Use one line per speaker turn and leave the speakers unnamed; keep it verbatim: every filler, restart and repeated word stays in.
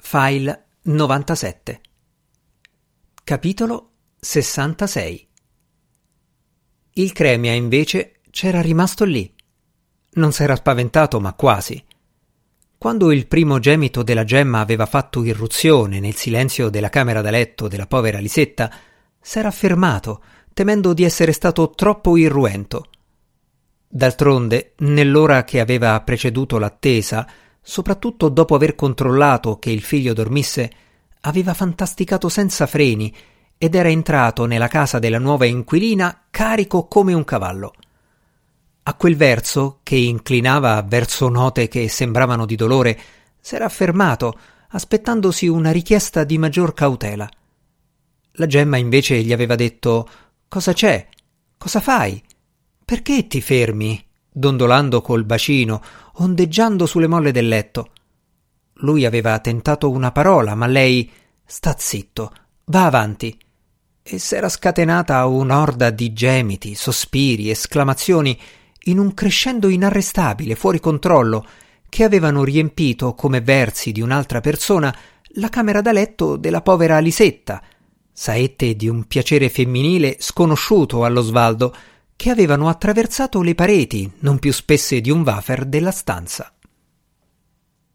File novantasette. Capitolo sessantasei. Il Cremia, invece, c'era rimasto lì. Non s'era spaventato, ma quasi. Quando il primo gemito della gemma aveva fatto irruzione nel silenzio della camera da letto della povera Lisetta, s'era fermato, temendo di essere stato troppo irruento. D'altronde, nell'ora che aveva preceduto l'attesa, soprattutto dopo aver controllato che il figlio dormisse, aveva fantasticato senza freni ed era entrato nella casa della nuova inquilina carico come un cavallo. A quel verso, che inclinava verso note che sembravano di dolore, s'era fermato, aspettandosi una richiesta di maggior cautela. La gemma invece gli aveva detto: «Cosa c'è? Cosa fai? Perché ti fermi?» dondolando col bacino, ondeggiando sulle molle del letto. Lui aveva tentato una parola, ma lei: «Sta zitto, va avanti». E s'era scatenata un'orda di gemiti, sospiri, esclamazioni, in un crescendo inarrestabile, fuori controllo, che avevano riempito, come versi di un'altra persona, la camera da letto della povera Lisetta, saette di un piacere femminile sconosciuto allo Svaldo, che avevano attraversato le pareti, non più spesse di un wafer, della stanza.